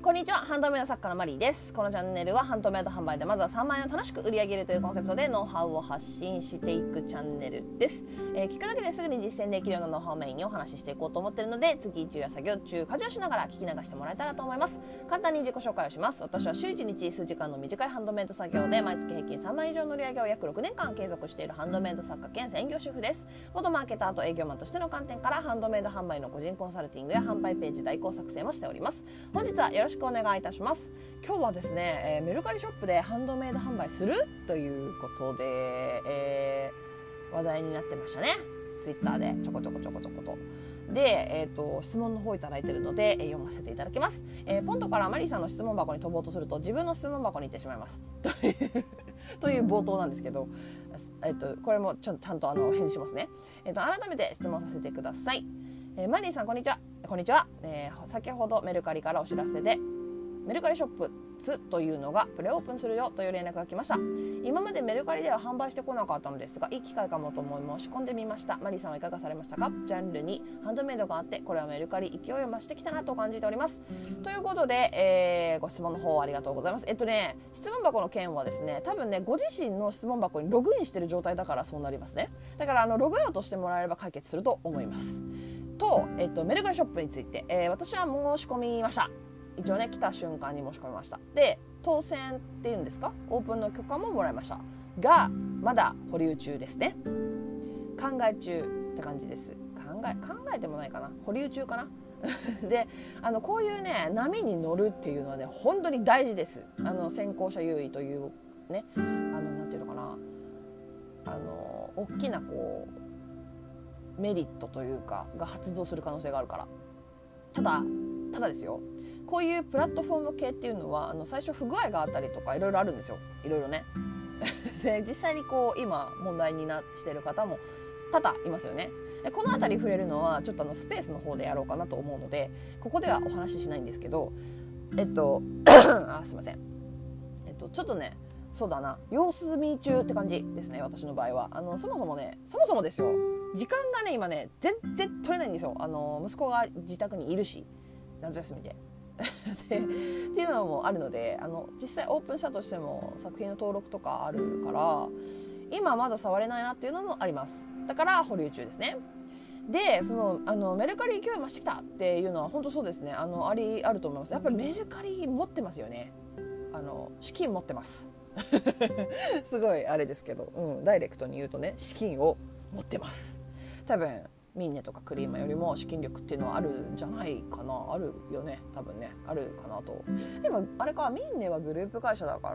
こんにちは、ハンドメイド作家のマリーです。このチャンネルはハンドメイド販売でまずは3万円を楽しく売り上げるというコンセプトでノウハウを発信していくチャンネルです。聞くだけですぐに実践できるようなノウハウをメインにお話ししていこうと思っているので、通勤中や作業中、家事をしながら聞き流してもらえたらと思います。簡単に自己紹介をします。私は週1日数時間の短いハンドメイド作業で毎月平均3万円以上の売り上げを約6年間継続しているハンドメイド作家兼専業主婦です。元マーケターと営業マンとしての観点からハンドメイド販売の個人コンサルティングや販売ページ代行作成もしております。本日はよろしくお願いいたします。今日はですね、メルカリショップでハンドメイド販売するということで、話題になってましたね。ツイッターでちょこちょことで、質問の方いただいているので、読ませていただきます。ポントからマリーさんの質問箱に飛ぼうとすると自分の質問箱に行ってしまいますという冒頭なんですけど、これもちゃんと返事しますね。改めて質問させてください。マリーさんこんにちは。先ほどメルカリからお知らせでメルカリショップ2というのがプレオープンするよという連絡が来ました。今までメルカリでは販売してこなかったのですが、いい機会かもと思い申し込んでみました。マリーさんはいかがされましたか？ジャンルにハンドメイドがあって、これはメルカリ勢いを増してきたなと感じております。ということで、ご質問の方ありがとうございます。質問箱の件はですね、多分ねご自身の質問箱にログインしている状態だからそうなりますね。だからログアウトしてもらえれば解決すると思いますと、メルカリショップについて、私は申し込みました。一応ね、来た瞬間に申し込みました。で、当選っていうんですか、オープンの許可ももらいましたが、まだ保留中ですね。考え中って感じです。考えてもないかな、保留中かなで、こういうね波に乗るっていうのはね本当に大事です。先行者優位というね、なんていうのかな、大きなこうメリットというかが発動する可能性があるから。ただですよ、こういうプラットフォーム系っていうのは最初不具合があったりとかいろいろあるんですよ。いろいろねで実際にこう今問題にしている方も多々いますよね。このあたり触れるのはちょっとスペースの方でやろうかなと思うので、ここではお話ししないんですけど、すいません、ちょっとね、そうだな、様子見中って感じですね、私の場合は。そもそもですよ、時間がね今ね全然取れないんですよ。息子が自宅にいるし、夏休みでっていうのもあるので、実際オープンしたとしても作品の登録とかあるから今まだ触れないなっていうのもあります。だから保留中ですね。で、メルカリ勢い増してきたっていうのは本当そうですね。あると思います。やっぱりメルカリ持ってますよね。資金持ってますすごいあれですけど、ダイレクトに言うとね、資金を持ってます。多分ミンネとかクリーマよりも資金力っていうのはあるんじゃないかな。あるよね、多分ね、あるかなと。でもあれか、ミンネはグループ会社だから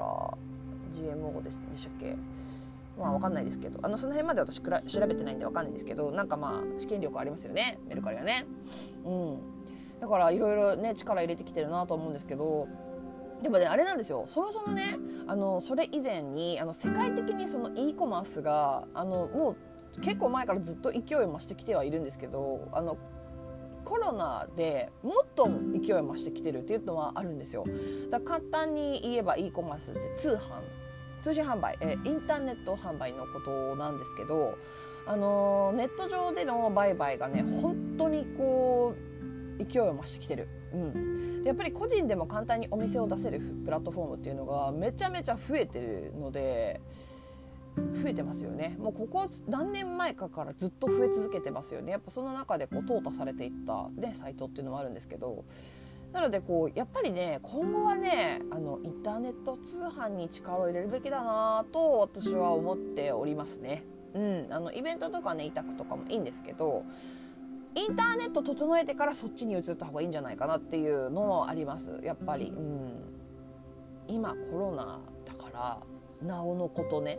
GMO でしたっけ。まあ分かんないですけど、その辺まで私調べてないんで分かんないんですけど、なんかまあ資金力ありますよね、メルカリはね。だからいろいろね力入れてきてるなと思うんですけど、でもねあれなんですよ、そもそもねそれ以前に世界的にその e コマースがもう結構前からずっと勢いを増してきてはいるんですけど、コロナでもっと勢いを増してきてるっていうのはあるんですよ。だから簡単に言えば e コマースって通信販売、インターネット販売のことなんですけど、ネット上での売買がね本当にこう勢いを増してきてる。でやっぱり個人でも簡単にお店を出せるプラットフォームっていうのがめちゃめちゃ増えてるので、増えてますよね。もうここ何年前かからずっと増え続けてますよね。やっぱその中でこう淘汰されていった、ね、サイトっていうのもあるんですけど、なのでこうやっぱりね今後はねインターネット通販に力を入れるべきだなと私は思っておりますね。イベントとかね委託とかもいいんですけど、インターネット整えてからそっちに移った方がいいんじゃないかなっていうのもあります。やっぱり、今コロナだからなおのことね、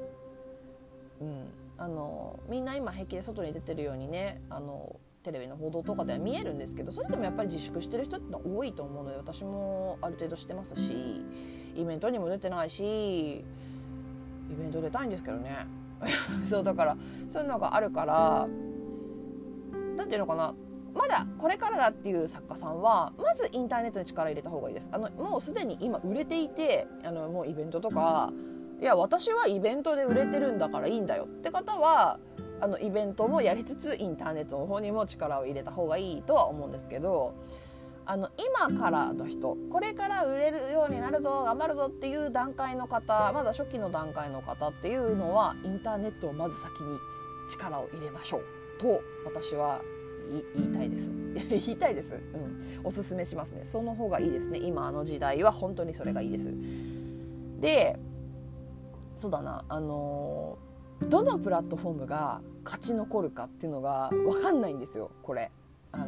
みんな今平気で外に出てるようにねテレビの報道とかでは見えるんですけど、それでもやっぱり自粛してる人ってのは多いと思うので、私もある程度してますし、イベントにも出てないし、イベント出たいんですけどねそうだからそういうのがあるから、なんていうのかな、まだこれからだっていう作家さんはまずインターネットに力入れた方がいいです。もうすでに今売れていてもうイベントとか、いや私はイベントで売れてるんだからいいんだよって方はイベントもやりつつインターネットの方にも力を入れた方がいいとは思うんですけど、 今からの人、これから売れるようになるぞ頑張るぞっていう段階の方、まだ初期の段階の方っていうのはインターネットをまず先に力を入れましょうと私は言いたいです言いたいです、おすすめしますね。その方がいいですね。今の時代は本当にそれがいいです。で、そうだな、どのプラットフォームが勝ち残るかっていうのが分かんないんですよ。これ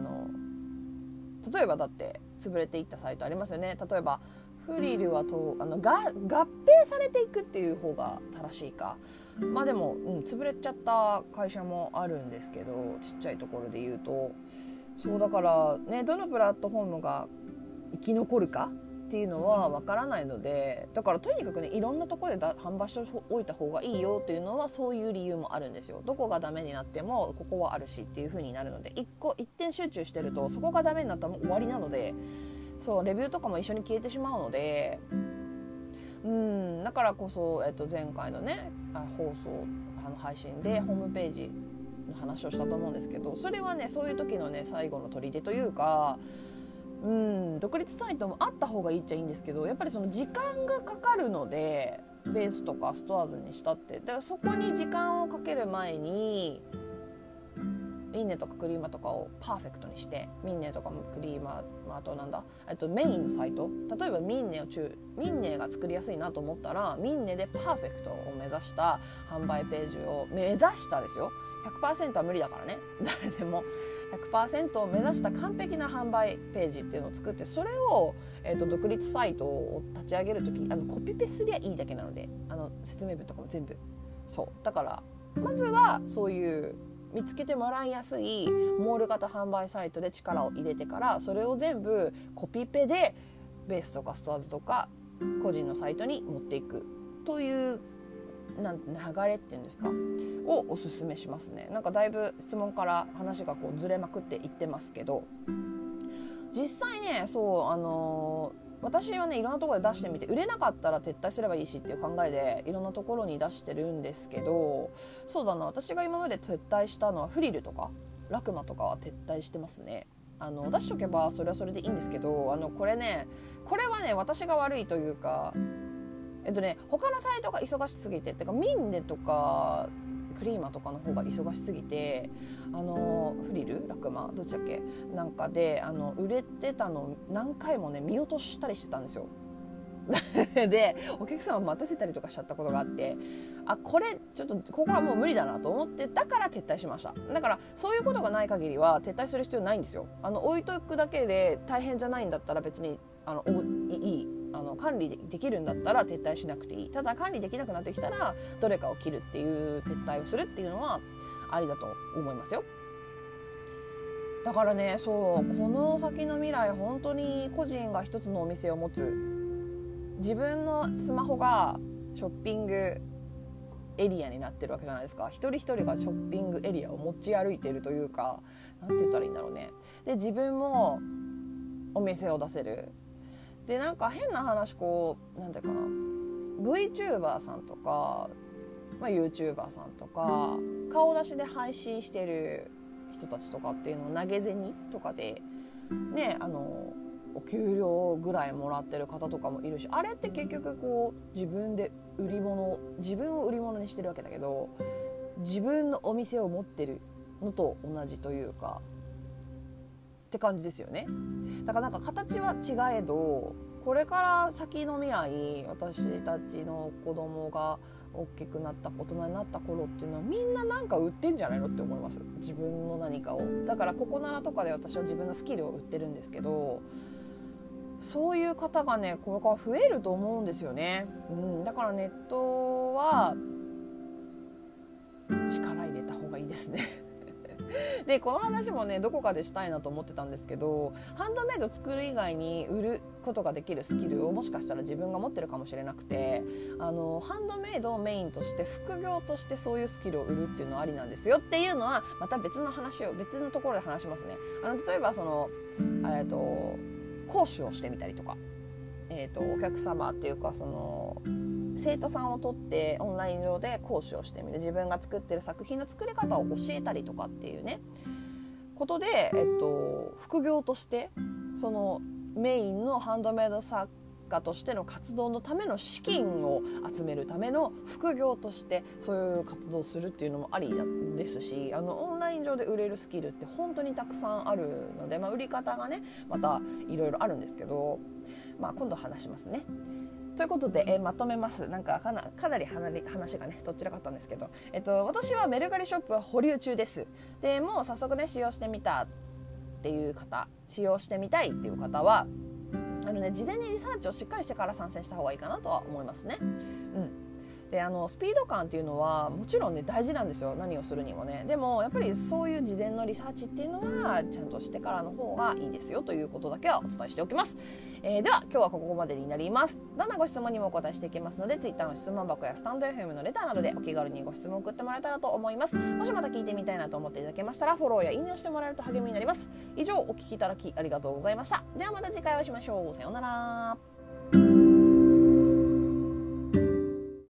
例えばだって潰れていったサイトありますよね。例えばフリルは合併されていくっていう方が正しいか。まあでも、潰れちゃった会社もあるんですけど、ちっちゃいところで言うと、そうだからね、どのプラットフォームが生き残るかっていうのはわからないので、だからとにかくね、いろんなところで販売しておいた方がいいよっていうのはそういう理由もあるんですよ。どこがダメになってもここはあるしっていう風になるので、一点集中してるとそこがダメになったらもう終わりなので、そうレビューとかも一緒に消えてしまうので、だからこそ、前回のね放送配信でホームページの話をしたと思うんですけど、それはねそういう時のね最後の砦というか、独立サイトもあった方がいいっちゃいいんですけど、やっぱりその時間がかかるので、ベースとかストアーズにしたってだからそこに時間をかける前にミンネとかクリーマとかをパーフェクトにして、ミンネとかクリーマ、あとメインのサイト、例えばミンネが作りやすいなと思ったらミンネでパーフェクトを目指した販売ページを目指したですよ。 100% は無理だからね、誰でも 100% を目指した完璧な販売ページっていうのを作って、それを、独立サイトを立ち上げるときコピペすりゃいいだけなので、説明文とかも全部そうだから、まずはそういう見つけてもらいやすいモール型販売サイトで力を入れてから、それを全部コピペでベースとかストアーズとか個人のサイトに持っていくという流れっていうんですかをおすすめしますね。なんかだいぶ質問から話がこうずれまくっていってますけど、実際ね私はねいろんなところで出してみて、売れなかったら撤退すればいいしっていう考えでいろんなところに出してるんですけど、そうだな、私が今まで撤退したのはフリルとかラクマとかは撤退してますね。出しとけばそれはそれでいいんですけど、これはね私が悪いというか、他のサイトが忙しすぎてってか、ミンネとかクリーマとかの方が忙しすぎて、フリルラクマどっちだっけなんかで売れてたの何回もね見落としたりしてたんですよでお客様待たせたりとかしちゃったことがあって、これちょっとここはもう無理だなと思って、だから撤退しました。だからそういうことがない限りは撤退する必要ないんですよ。置いとくだけで大変じゃないんだったら別にいい管理できるんだったら撤退しなくていい。ただ管理できなくなってきたらどれかを切るっていう撤退をするっていうのはありだと思いますよ。だからね、この先の未来本当に個人が一つのお店を持つ、自分のスマホがショッピングエリアになってるわけじゃないですか。一人一人がショッピングエリアを持ち歩いているというか、なんて言ったらいいんだろうね。で自分もお店を出せる。でなんか変な話なんていうかな、 VTuber さんとか、YouTuber さんとか顔出しで配信してる人たちとかっていうのを投げ銭とかでねお給料ぐらいもらってる方とかもいるし、あれって結局自分を売り物にしてるわけだけど、自分のお店を持ってるのと同じというかって感じですよね。だからなんか形は違えど、これから先の未来、私たちの子供が大きくなった大人になった頃っていうのはみんななんか売ってんじゃないのって思います。自分の何かを。だからココナラとかで私は自分のスキルを売ってるんですけど、そういう方がねこれから増えると思うんですよね。だからネットは力入れた方がいいですねでこの話もねどこかでしたいなと思ってたんですけど、ハンドメイド作る以外に売ることができるスキルをもしかしたら自分が持ってるかもしれなくて、ハンドメイドをメインとして副業としてそういうスキルを売るっていうのはありなんですよっていうのはまた別の話を別のところで話しますね。例えば講師をしてみたりとか、お客様っていうか生徒さんを取ってオンライン上で講師をしてみる、自分が作ってる作品の作り方を教えたりとかっていうねことで、副業としてそのメインのハンドメイド作家としての活動のための資金を集めるための副業としてそういう活動をするっていうのもありですし、オンライン上で売れるスキルって本当にたくさんあるので、売り方がねまたいろいろあるんですけど、今度話しますね。ということで、まとめます。なんかかなり話がねどちらかったんですけど、私はメルカリショップは保留中です。でもう早速ね使用してみたっていう方、使用してみたいっていう方は事前にリサーチをしっかりしてから参戦した方がいいかなとは思いますね。でスピード感っていうのはもちろんね大事なんですよ、何をするにもね。でもやっぱりそういう事前のリサーチっていうのはちゃんとしてからの方がいいですよということだけはお伝えしておきます。では今日はここまでになります。どんなご質問にもお答えしていきますので Twitter の質問箱やスタンド FM のレターなどでお気軽にご質問を送ってもらえたらと思います。もしまた聞いてみたいなと思っていただけましたらフォローやいいねをしてもらえると励みになります。以上お聞きいただきありがとうございました。ではまた次回お会いしましょう。さようなら。